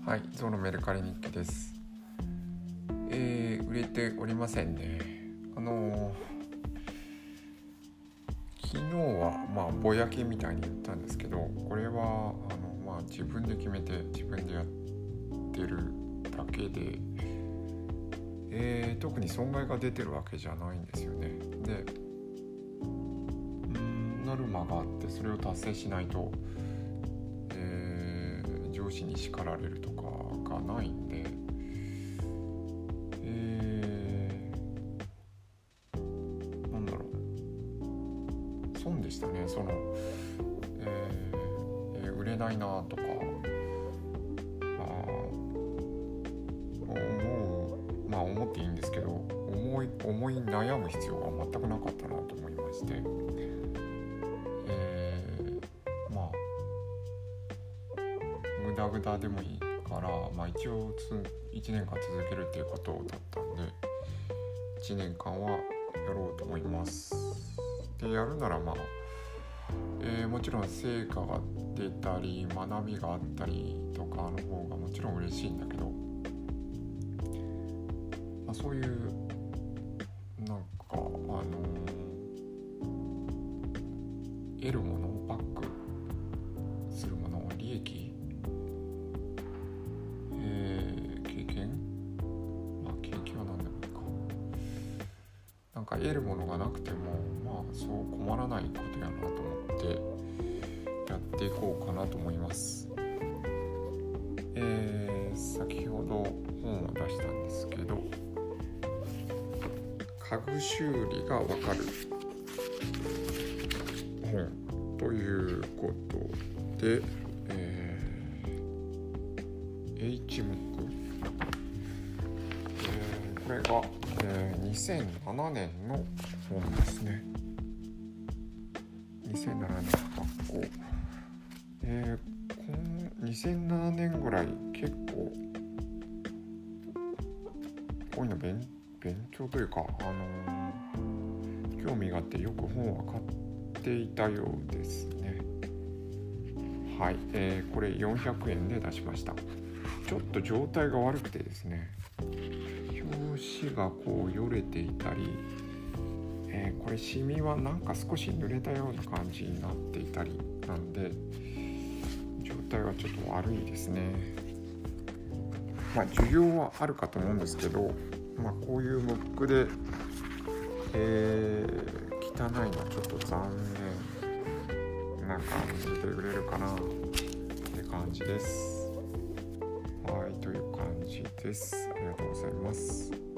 はい、ゾウのメルカリ日記です。売れておりませんね。昨日はぼやきみたいに言ったんですけど、これは自分で決めて自分でやってるだけで、特に損害が出てるわけじゃないんですよね。で、ノルマがあってそれを達成しないと、上司に叱られるとかがないんで、損でしたね。売れないなとか思っていいんですけど、思い悩む必要が全くなかったなと思いまして、グダグダでもいいから、一応1年間続けるっていうことだったんで、1年間はやろうと思います。で、やるならもちろん成果が出たり学びがあったりとかの方がもちろん嬉しいんだけど、そういう得るものをバックするものを利益、経験は何でもいいか、得るものがなくてもそう困らないことやなと思ってやっていこうかなと思います。先ほど本を出したんですけど、家具修理がわかる本ということで、H ムック、これが、2007年の本ですね。2007年発行。2007年ぐらい結構こういうの勉強というか、興味があってよく本は買っていたようですね。はい、これ400円で出しました。ちょっと状態が悪くてですね、表紙がよれていたり、これシミは少し濡れたような感じになっていたりなんで、状態はちょっと悪いですね。需要はあるかと思うんですけど、こういうムックで、汚いのはちょっと残念な感じで売れるかなって感じです。はい、という感じです。ありがとうございます。